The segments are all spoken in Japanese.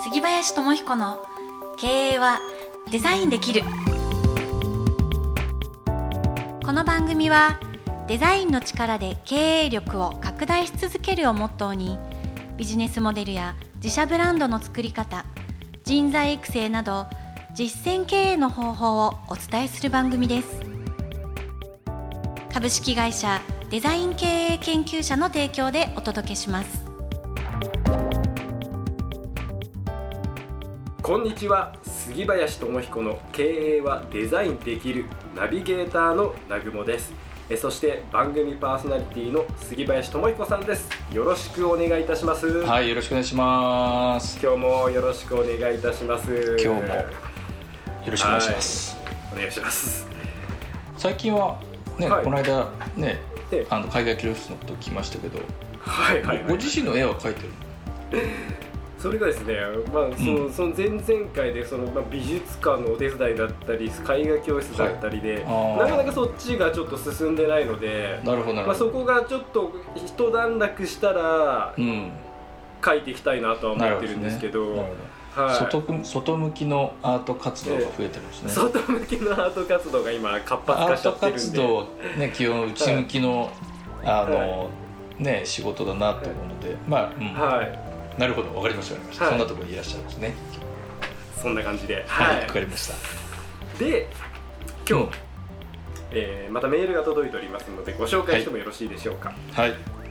杉林智彦の経営はデザインできる。この番組はデザインの力で経営力を拡大し続けるをモットーに、ビジネスモデルや自社ブランドの作り方、人材育成など実践経営の方法をお伝えする番組です。株式会社デザイン経営研究者の提供でお届けします。 こんにちは。杉林智彦の経営はデザインできるナビゲーターの南雲です。そして番組パーソナリティの杉林智彦さんです。よろしくお願いいたします。 はい、よろしくお願いします。 今日もよろしくお願いいたします。 今日もよろしくお願いします。 お願いします。 最近はね、この間ね、海外教室のこと聞きましたけど、ご自身の絵は描いてるの？ それがですね、その前々回で美術館のお手伝いだったり絵画教室だったりで、なかなかそっちがちょっと進んでないので、そこがちょっと一段落したら描いていきたいなとは思ってるんですけど、 外向きのアート活動が増えてるんですね。 外向きのアート活動が今活発化しちゃってるんで、アート活動ね、基本内向きの、仕事だなと思うので、なるほど、わかりました、そんなところにいらっしゃるんですね。 そんな感じで、 わかりました。 で、今日、またメールが届いておりますのでご紹介してもよろしいでしょうか。 はい。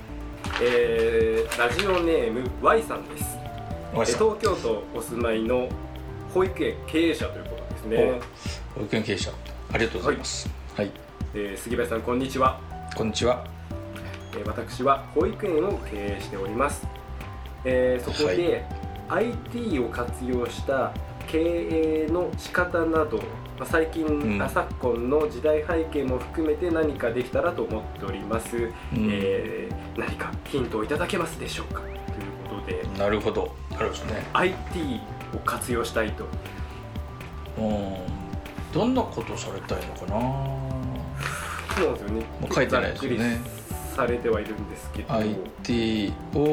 ラジオネーム Y さんです。東京都お住まいの保育園経営者ということですね。 保育園経営者、ありがとうございます。はい。 杉林さん、こんにちは。 こんにちは。 私は保育園を経営しております。そこで、IT を活用した経営の仕方など、最近、昨今の時代背景も含めて何かできたらと思っております。何かヒントをいただけますでしょうかということで。 なるほど、あるんですね。 IT を活用したいと。 どんなことされたいのかな。 そうなんですよね。 もう書いてないですよね。 されてはいるんですけど、 IT を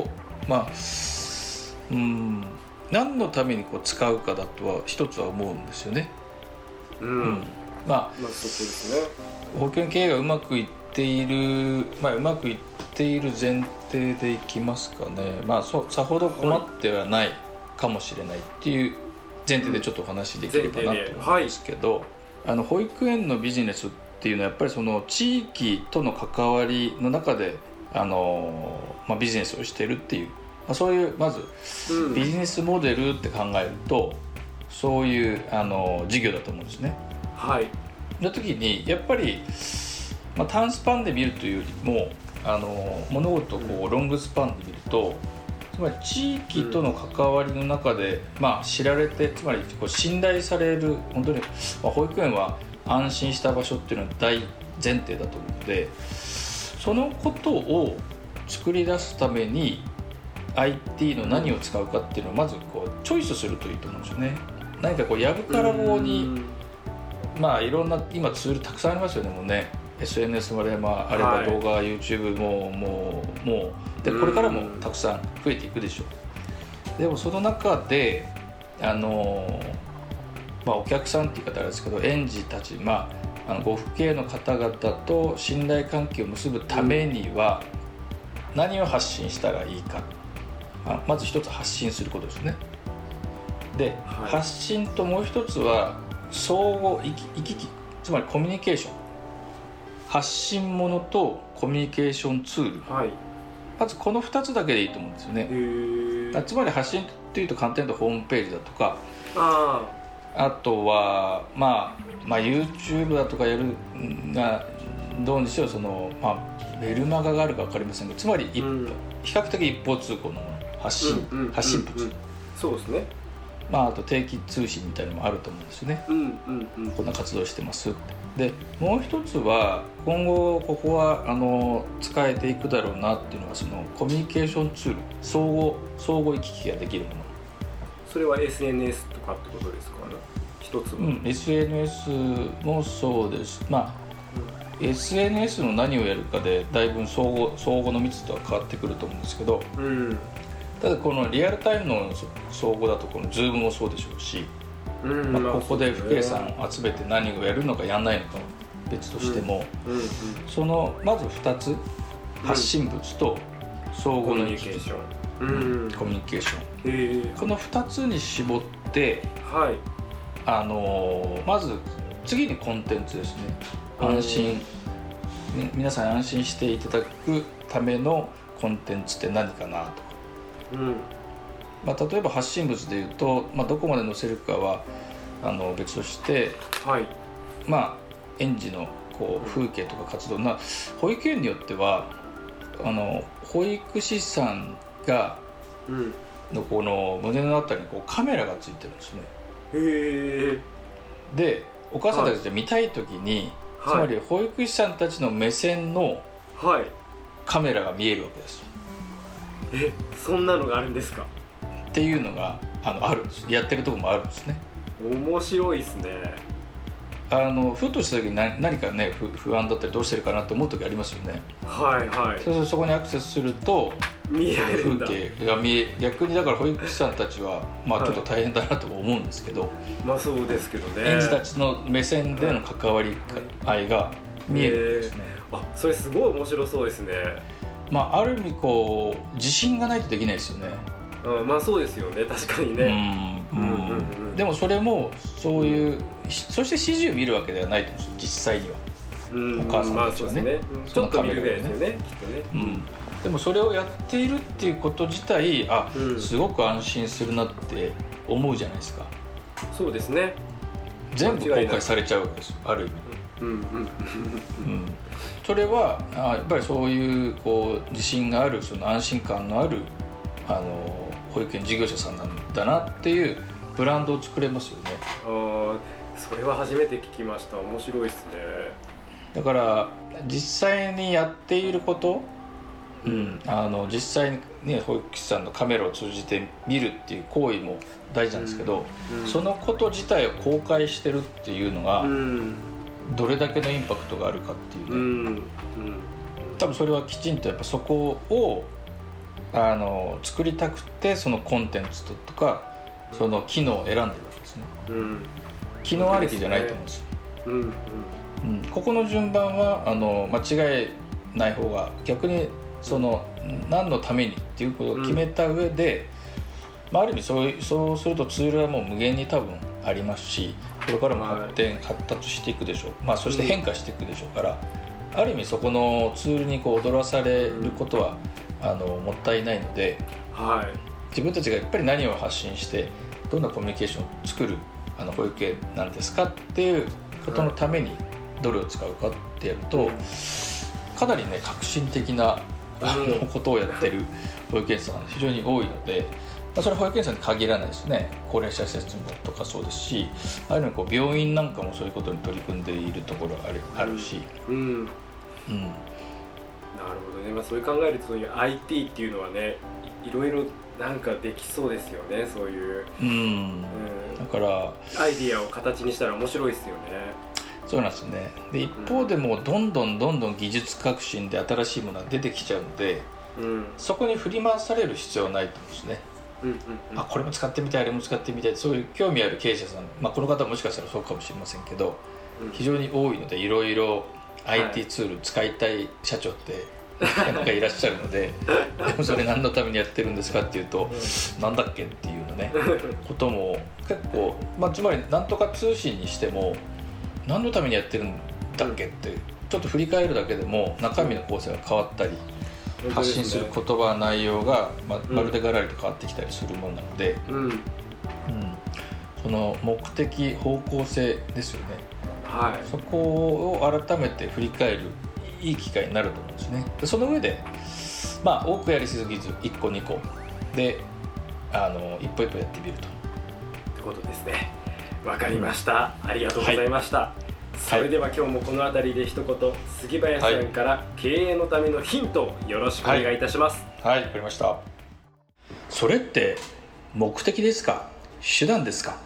何のために使うかだとは一つは思うんですよね。そこですね。保育園経営がうまくいっている、うまくいっている前提でいきますかね。さほど困ってはないかもしれないっていう前提でちょっとお話できればなと思うんですけど、保育園のビジネスっていうのはやっぱりその地域との関わりの中でビジネスをしているっていう、そういうまずビジネスモデルって考えると、そういう事業だと思うんですね。はい。の時にやっぱり、短スパンで見るというよりも物事をロングスパンで見ると、つまり地域との関わりの中で、知られて、つまり信頼される、本当に、保育園は安心した場所っていうのは大前提だと思うので、そのことを作り出すために IT の何を使うかっていうのをまずチョイスするといいと思うんですよね。何かやぶから棒にいろんな今ツールたくさんありますよね。もうね、 SNS もあれば動画、YouTube もでこれからもたくさん増えていくでしょう。でもその中でお客さんって言い方あれですけど、園児たち、ご父兄の方々と信頼関係を結ぶためには何を発信したらいいか、まず一つ発信することですね。で、発信ともう一つは相互行き来、つまりコミュニケーション、発信物とコミュニケーションツール、まずこの2つだけでいいと思うんですよね。つまり発信というと簡単に言うとホームページだとか、あとはYouTube だとかやるがどうにしろメルマガがあるか分かりませんが、つまり比較的一方通行の発信物、 そうですね。 あと定期通信みたいなのもあると思うんですよね。こんな活動してますって。でもう一つは今後ここは使えていくだろうなっていうのは、そのコミュニケーションツール、相互行き来ができるもの。 それは SNS とかってことですかね。一つは、 SNS もそうです。SNS の何をやるかでだいぶ相互の密度は変わってくると思うんですけど、 ただこのリアルタイムの総合だとこの Zoom もそうでしょうし、ここで父兄さんを集めて何をやるのかやらないのかは別としても、そのまず2つ、発信物と相互の行き来、コミュニケーション、この2つに絞って、まず次にコンテンツですね。安心、皆さん安心していただくためのコンテンツって何かなとか、例えば発信物でいうと、どこまで載せるかは別として、園児のこう風景とか活動な、保育園によっては保育士さんが、のこの胸のあたりにこうカメラがついてるんですね。でお母さんたちが見たい時に、つまり保育士さんたちの目線のカメラが見えるわけです。 そんなのがあるんですか？ っていうのがあるんです。やってるところもあるんですね。 面白いですね。 ふとした時に何かね不安だったりどうしてるかなと思う時ありますよね。そこにアクセスすると見えるんだ。 風景が逆にだから保育士さんたちはちょっと大変だなと思うんですけど、 そうですけどね。 園児たちの目線での関わり合いが見えるんですね。 それすごい面白そうですね。 ある意味こう自信がないとできないですよね。 そうですよね、確かにね。 でもそれもそういう、そして指示を見るわけではないと思うんです、実際には。お母さんたちはね、 ちょっと見るぐらいですよね、きっとね。 でもそれをやっているっていうこと自体、すごく安心するなって思うじゃないですか。 そうですね。 全部公開されちゃうわけですよ、ある意味。それはやっぱりそういうこう自信がある、その安心感のある保育園事業者さんなんだなっていうブランドを作れますよね。 それは初めて聞きました。面白いですね。 だから実際にやっていること、実際に、ね、保育士さんのカメラを通じて見るっていう行為も大事なんですけど、そのこと自体を公開してるっていうのが、どれだけのインパクトがあるかっていうね、多分それはきちんとやっぱそこを作りたくて、そのコンテンツとかその機能を選んでるわけですね。機能ありきじゃないと思うんですよ。ここの順番は間違いない方が、逆にその何のためにっていうことを決めた上で、ある意味そうするとツールはもう無限に多分ありますし、これからも発達していくでしょう。そして変化していくでしょうから、ある意味そこのツールにこう踊らされることはもったいないので、自分たちがやっぱり何を発信してどんなコミュニケーションを作る保育園なんですかっていうことのためにどれを使うかってやると、かなりね革新的なことをやってる保育園さん非常に多いので、それは保育園さんに限らないですね。高齢者施設とかそうですし、ああいうのこう病院なんかもそういうことに取り組んでいるところあるし、 なるほどね。そういう考えると、そういう IT っていうのはね、いろいろなんかできそうですよね。そういう、 だからアイディアを形にしたら面白いですよね。 そうなんですね。で一方でもどんどん技術革新で新しいものが出てきちゃうので、そこに振り回される必要はないと思うんですね。これも使ってみたい、あれも使ってみたい、そういう興味ある経営者さん、この方はもしかしたらそうかもしれませんけど、非常に多いので、いろいろ IT ツール使いたい社長ってなかなかいらっしゃるので、でもそれ何のためにやってるんですかっていうと、なんだっけっていうのねことも結構、つまりなんとか通信にしても何のためにやってるんだっけってちょっと振り返るだけでも中身の構成が変わったり、発信する言葉内容がまるでガラリと変わってきたりするものなので、その目的方向性ですよね。そこを改めて振り返るいい機会になると思うんですね。でその上で多くやりすぎず1個2個で一歩一歩やってみるとってことですね。わかりました。ありがとうございました。それでは今日もこの辺りで一言、杉林さんから経営のためのヒントをよろしくお願いいたします。 わかりました。それって目的ですか、手段ですか？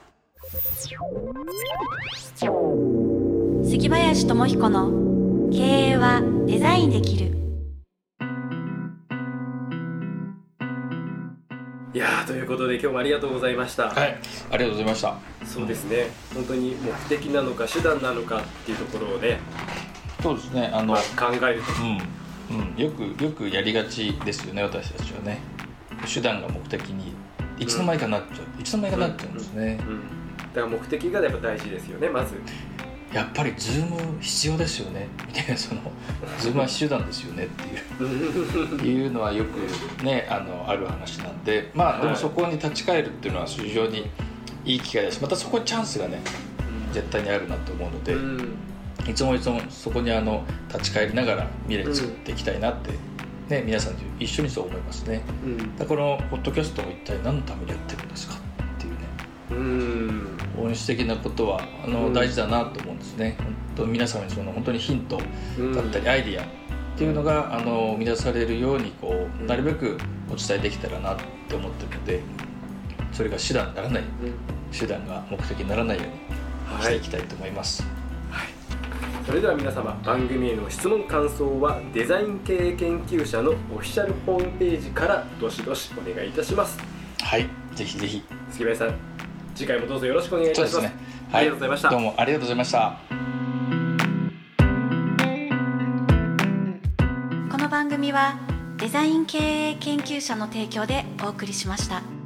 杉林智彦の経営はデザインできる。 いやー、ということで今日もありがとうございました。 はい、ありがとうございました。 そうですね、本当に目的なのか手段なのかっていうところをね、 そうですね、 考えると、よくやりがちですよね、私たちはね。手段が目的にいつの間にかなっちゃう、いつの間にかなっちゃうんですね。 だから目的がやっぱ大事ですよね。まずやっぱりズーム必要ですよねみたいな、ズームは手段ですよねっていうのはよくね、ある話なんで、でもそこに立ち返るっていうのは非常にいい機会だし、またそこにチャンスがね絶対にあるなと思うので、いつもそこに立ち返りながら未来作っていきたいなってね、皆さんと一緒にそう思いますね。だからこのポッドキャストを一体何のためにやってるんですかっていうね、本質的なことは大事だなと思うんですね。本当皆様に本当にヒントだったりアイディアっていうのが生み出されるようになるべくお伝えできたらなって思ってるので、それが手段にならない、手段が目的にならないようにしていきたいと思います。 それでは皆様、番組への質問感想はデザイン経営研究者のオフィシャルホームページからどしどしお願いいたします。 はい、ぜひぜひ。 杉林さん、次回もどうぞよろしくお願いいたします。 そうですね、 ありがとうございました。 どうもありがとうございました。 この番組はデザイン経営研究者の提供でお送りしました。